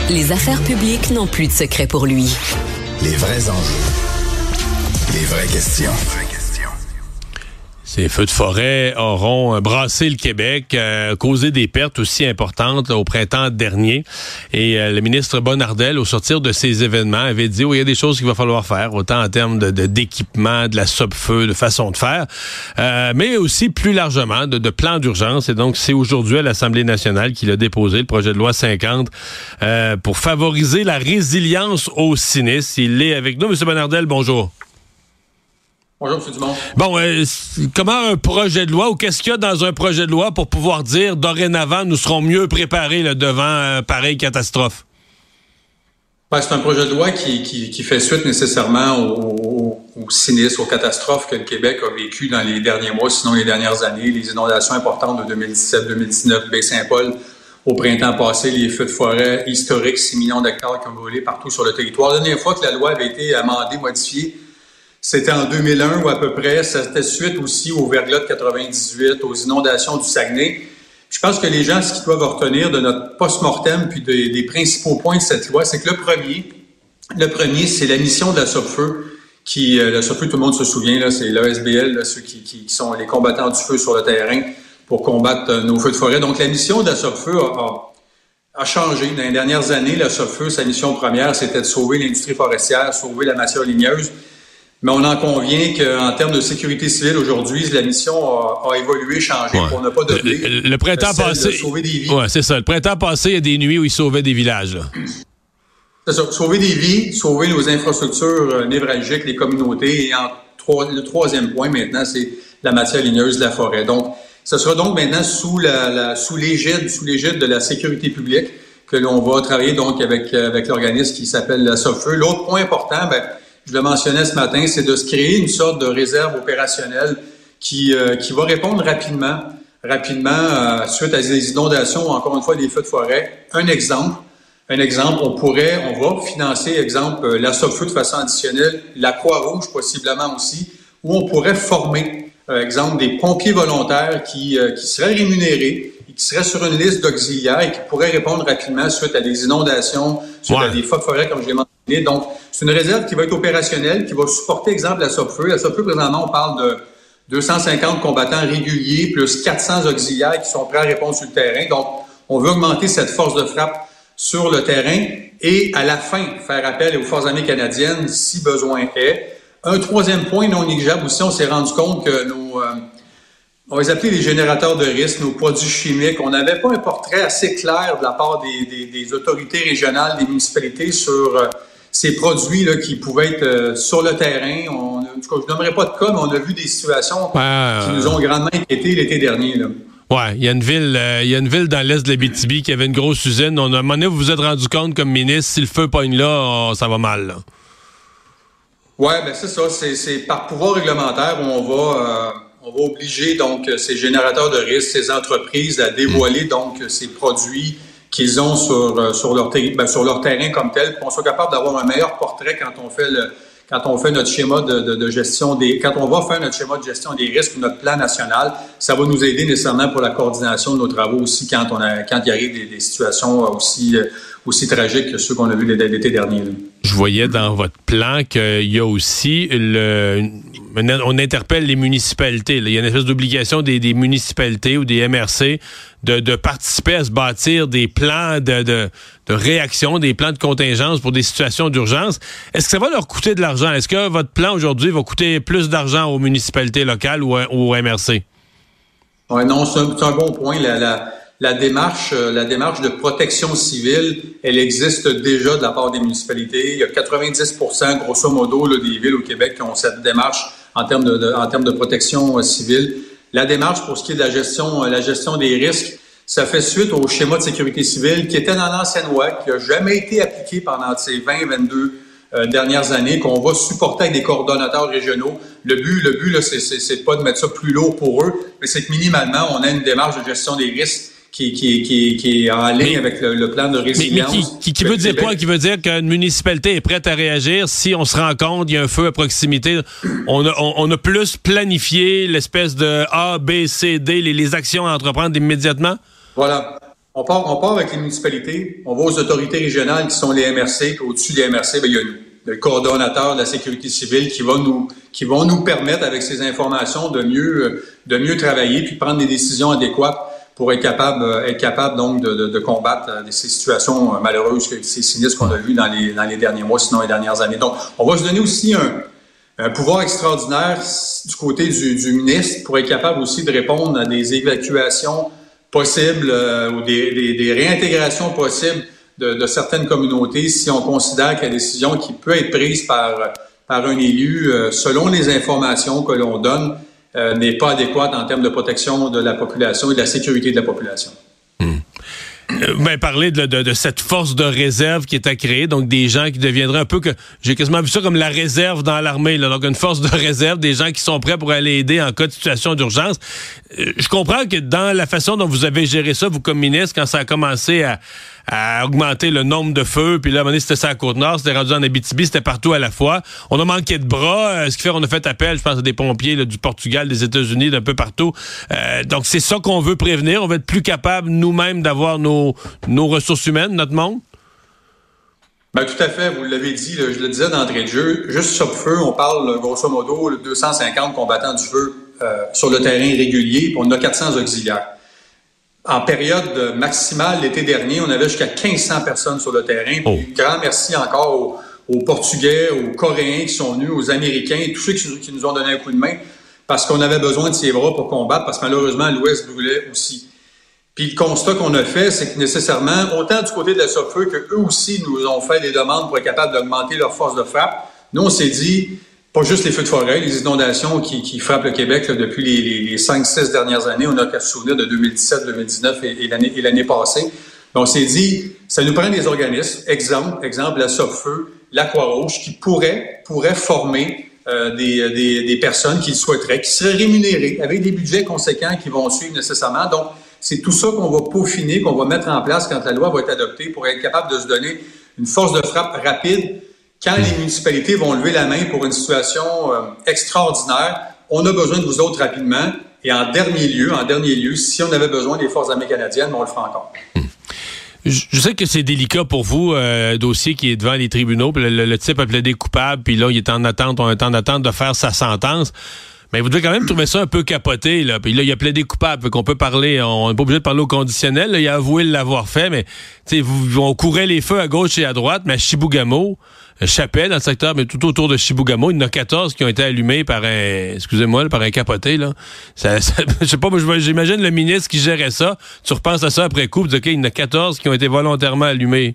Les affaires publiques n'ont plus de secret pour lui. Les vrais enjeux. Les vraies questions. Ces feux de forêt auront brassé le Québec, causé des pertes aussi importantes là, au printemps dernier. Et le ministre Bonnardel, au sortir de ces événements, avait dit il y a des choses qu'il va falloir faire, autant en termes d'équipement, de la SOPFEU, de façon de faire, mais aussi plus largement de plans d'urgence. Et donc, c'est aujourd'hui à l'Assemblée nationale qu'il a déposé le projet de loi 50 pour favoriser la résilience aux sinistres. Il est avec nous. M. Bonnardel, bonjour. Bonjour, M. Dumont. Bon, comment un projet de loi ou qu'est-ce qu'il y a dans un projet de loi pour pouvoir dire dorénavant nous serons mieux préparés là, devant pareille catastrophe? Ben, c'est un projet de loi qui fait suite nécessairement aux sinistres, aux catastrophes que le Québec a vécues dans les derniers mois, sinon les dernières années, les inondations importantes de 2017-2019, Baie-Saint-Paul au printemps passé, les feux de forêt historiques, 6 millions d'hectares qui ont brûlé partout sur le territoire. La dernière fois que la loi avait été amendée, modifiée, c'était en 2001 ou à peu près. C'était suite aussi au verglas de 98, aux inondations du Saguenay. Je pense que les gens, ce qu'ils doivent retenir de notre post-mortem puis des principaux points de cette loi, c'est que le premier, c'est la mission de la SOPFEU. La SOPFEU, tout le monde se souvient, là, c'est l'ASBL, là, ceux qui sont les combattants du feu sur le terrain pour combattre nos feux de forêt. Donc, la mission de la SOPFEU a changé. Dans les dernières années, la SOPFEU, sa mission première, c'était de sauver l'industrie forestière, sauver la matière ligneuse. Mais on en convient qu'en termes de sécurité civile, aujourd'hui, la mission a évolué, changé pour ne pas devenir le printemps passé, sauver des vies. Ouais, c'est ça. Le printemps passé, il y a des nuits où ils sauvaient des villages. Là. C'est ça. Sauver des vies, sauver nos infrastructures névralgiques, les communautés. Et le troisième point maintenant, c'est la matière ligneuse de la forêt. Donc, ce sera donc maintenant sous l'égide de la sécurité publique que l'on va travailler donc avec l'organisme qui s'appelle la SOPFEU. L'autre point important, je le mentionnais ce matin, c'est de se créer une sorte de réserve opérationnelle qui va répondre rapidement suite à des inondations ou encore une fois des feux de forêt. Un exemple, on va financer, exemple, la SOPFEU de façon additionnelle, la Croix-Rouge possiblement aussi, où on pourrait former, exemple, des pompiers volontaires qui seraient rémunérés et qui seraient sur une liste d'auxiliaires et qui pourraient répondre rapidement suite à des inondations, suite à des feux de forêt, comme je l'ai mentionné. Donc, c'est une réserve qui va être opérationnelle, qui va supporter, exemple, la SOPFEU. La SOPFEU, présentement, on parle de 250 combattants réguliers, plus 400 auxiliaires qui sont prêts à répondre sur le terrain. Donc, on veut augmenter cette force de frappe sur le terrain et, à la fin, faire appel aux Forces armées canadiennes si besoin est. Un troisième point non négligeable aussi, on s'est rendu compte que on va les appeler les générateurs de risque, nos produits chimiques. On n'avait pas un portrait assez clair de la part des autorités régionales, des municipalités sur ces produits là qui pouvaient être sur le terrain. En tout cas, je n'aimerais pas de cas, mais on a vu des situations qui nous ont grandement inquiétés l'été dernier. Là. Ouais, il y a une ville dans l'est de l'Abitibi qui avait une grosse usine. À un moment donné, vous vous êtes rendu compte comme ministre, si le feu pogne là, ça va mal. Là. Ouais, c'est ça. C'est par pouvoir réglementaire où on va obliger donc ces générateurs de risque, ces entreprises à dévoiler donc ces produits qu'ils ont sur leur terrain comme tel, pour qu'on soit capable d'avoir un meilleur portrait quand on fait notre schéma de gestion quand on va faire notre schéma de gestion des risques ou notre plan national. Ça va nous aider nécessairement pour la coordination de nos travaux aussi quand il arrive des situations aussi tragiques que ceux qu'on a vus l'été dernier. Là. Je voyais dans votre plan qu'il y a aussi on interpelle les municipalités. Là. Il y a une espèce d'obligation des municipalités ou des MRC de participer à se bâtir des plans de réaction, des plans de contingence pour des situations d'urgence. Est-ce que ça va leur coûter de l'argent? Est-ce que votre plan aujourd'hui va coûter plus d'argent aux municipalités locales ou aux MRC? Ouais, non, c'est un bon point. La démarche de protection civile, elle existe déjà de la part des municipalités. Il y a 90%, grosso modo, là, des villes au Québec qui ont cette démarche en termes de protection civile. La démarche pour ce qui est de la gestion des risques, ça fait suite au schéma de sécurité civile qui était dans l'ancienne loi, qui n'a jamais été appliqué pendant ces 20-22 dernières années, qu'on va supporter avec des coordonnateurs régionaux. Le but là, c'est pas de mettre ça plus lourd pour eux, mais c'est que minimalement, on a une démarche de gestion des risques qui est en ligne avec le plan de résilience. Mais qui veut dire quoi? Qui veut dire qu'une municipalité est prête à réagir si on se rend compte, il y a un feu à proximité. On a plus planifié l'espèce de A, B, C, D, les actions à entreprendre immédiatement? Voilà. On part avec les municipalités, on va aux autorités régionales qui sont les MRC, puis au-dessus des MRC, il y a le coordonnateur de la sécurité civile qui vont nous permettre, avec ces informations, de mieux travailler puis prendre des décisions adéquates pour être capable donc de combattre ces situations malheureuses, ces sinistres qu'on a vus dans les derniers mois, sinon les dernières années. Donc, on va se donner aussi un pouvoir extraordinaire du côté du ministre pour être capable aussi de répondre à des évacuations possibles ou des réintégrations possibles de certaines communautés si on considère que la décision qui peut être prise par un élu, selon les informations que l'on donne, n'est pas adéquate en termes de protection de la population et de la sécurité de la population. Parler de cette force de réserve qui est à créer, donc des gens qui deviendraient un peu que j'ai quasiment vu ça comme la réserve dans l'armée, là, donc une force de réserve, des gens qui sont prêts pour aller aider en cas de situation d'urgence. Je comprends que dans la façon dont vous avez géré ça, vous comme ministre, quand ça a commencé à augmenter le nombre de feux, puis là, à un moment donné, c'était ça à la Côte-Nord, c'était rendu en Abitibi, c'était partout à la fois. On a manqué de bras, ce qui fait qu'on a fait appel, je pense, à des pompiers là, du Portugal, des États-Unis, d'un peu partout. Donc, c'est ça qu'on veut prévenir. On veut être plus capable, nous-mêmes, d'avoir nos ressources humaines, notre monde? Ben, tout à fait, vous l'avez dit, là, je le disais d'entrée de jeu, juste sur le feu, on parle grosso modo de 250 combattants du feu sur le terrain régulier, puis on a 400 auxiliaires. En période maximale, l'été dernier, on avait jusqu'à 1500 personnes sur le terrain. Puis, grand merci encore aux Portugais, aux Coréens qui sont venus, aux Américains, tous ceux qui nous ont donné un coup de main, parce qu'on avait besoin de ces bras pour combattre, parce que malheureusement, l'Ouest brûlait aussi. Puis le constat qu'on a fait, c'est que nécessairement, autant du côté de la SOPFEU qu'eux aussi nous ont fait des demandes pour être capables d'augmenter leur force de frappe, nous, on s'est dit, pas juste les feux de forêt, les inondations qui frappent le Québec là, depuis les 5-6 dernières années. On a qu'à se souvenir de 2017, 2019 et l'année passée. Donc, on s'est dit, ça nous prend des organismes, exemple la SOPFEU, la Croix-Rouge, qui pourraient former des personnes qui le souhaiteraient, qui seraient rémunérées avec des budgets conséquents qui vont suivre nécessairement. Donc, c'est tout ça qu'on va peaufiner, qu'on va mettre en place quand la loi va être adoptée pour être capable de se donner une force de frappe rapide. Quand les municipalités vont lever la main pour une situation extraordinaire, on a besoin de vous autres rapidement. Et en dernier lieu, si on avait besoin des forces armées canadiennes, on le fera encore. Je sais que c'est délicat pour vous, dossier qui est devant les tribunaux. Puis le type a plaidé coupable, puis là, il est en attente, on est en attente de faire sa sentence. Mais vous devez quand même trouver ça un peu capoté, là. Puis là, il a plaidé coupable, fait qu'on peut parler, on n'est pas obligé de parler au conditionnel, là. Il a avoué l'avoir fait, mais, tu sais, on courait les feux à gauche et à droite, mais à Chibougamau, Chapelle, dans le secteur, mais tout autour de Chibougamau, il y en a 14 qui ont été allumés par un capoté, là. Je sais pas, moi, j'imagine le ministre qui gérait ça. Tu repenses à ça après coup, tu dis, OK, il y en a 14 qui ont été volontairement allumés.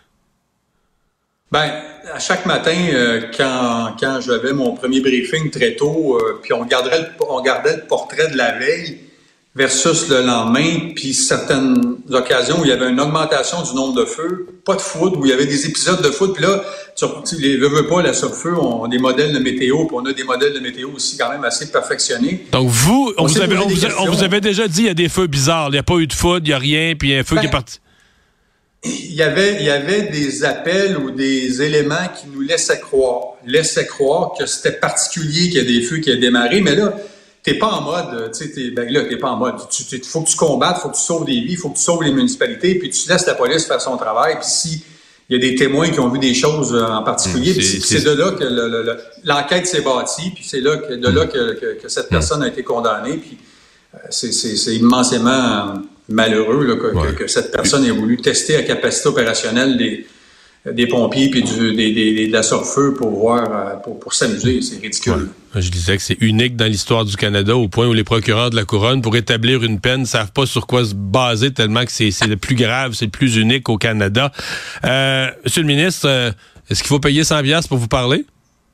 Ben, à chaque matin, quand j'avais mon premier briefing très tôt, puis on gardait le portrait de la veille versus le lendemain, puis certaines occasions où il y avait une augmentation du nombre de feux, pas de foudre, où il y avait des épisodes de foudre, puis là, les veux pas, la SOPFEU, on a des modèles de météo, puis on a des modèles de météo aussi quand même assez perfectionnés. Donc on vous avait déjà dit il y a des feux bizarres, il n'y a pas eu de foudre, il n'y a rien, puis il y a un feu qui est parti. Il y avait des appels ou des éléments qui nous laissaient croire que c'était particulier qu'il y a des feux qui aient démarré, mais là, t'es pas en mode, t'es pas en mode. Faut que tu combattes, faut que tu sauves des vies, faut que tu sauves les municipalités, puis tu laisses la police faire son travail, puis si il y a des témoins qui ont vu des choses en particulier, puis c'est de là que l'enquête s'est bâtie, puis c'est de là que cette personne a été condamnée, puis c'est immensément malheureux là, que cette personne ait voulu tester la capacité opérationnelle des pompiers puis de la SOPFEU pour s'amuser. C'est ridicule. Ouais. Je disais que c'est unique dans l'histoire du Canada au point où les procureurs de la Couronne, pour établir une peine, ne savent pas sur quoi se baser tellement que c'est le plus grave, c'est le plus unique au Canada. Monsieur le ministre, est-ce qu'il faut payer 100$ pour vous parler?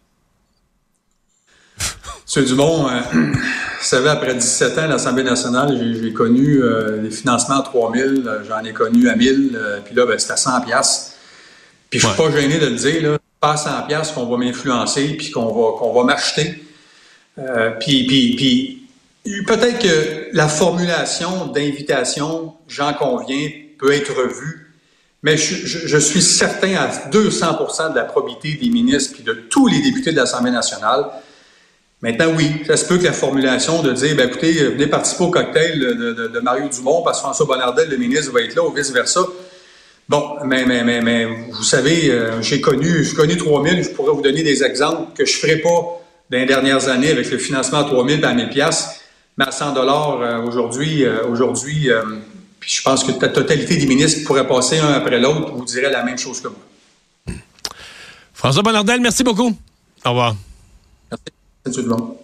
Monsieur Dumont, vous savez, après 17 ans à l'Assemblée nationale, j'ai connu les financements à 3 000, j'en ai connu à 1 000, puis là, c'est à 100$. Puis je suis pas gêné de le dire, là, pas à 100$ qu'on va m'influencer, puis qu'on va m'acheter. Puis peut-être que la formulation d'invitation, j'en conviens, peut être revue, mais je suis certain à 200% de la probité des ministres puis de tous les députés de l'Assemblée nationale Maintenant, oui, ça se peut que la formulation de dire, écoutez, venez participer au cocktail de Mario Dumont parce que François Bonnardel, le ministre, va être là ou vice-versa. Bon, mais vous savez, j'ai connu 3000, je pourrais vous donner des exemples que je ne ferai pas dans les dernières années avec le financement à 3000 et à 1000 $, mais à $100 aujourd'hui, puis je pense que la totalité des ministres pourraient passer un après l'autre, vous direz la même chose que moi. François Bonnardel, merci beaucoup. Au revoir. Merci, M. Dumont.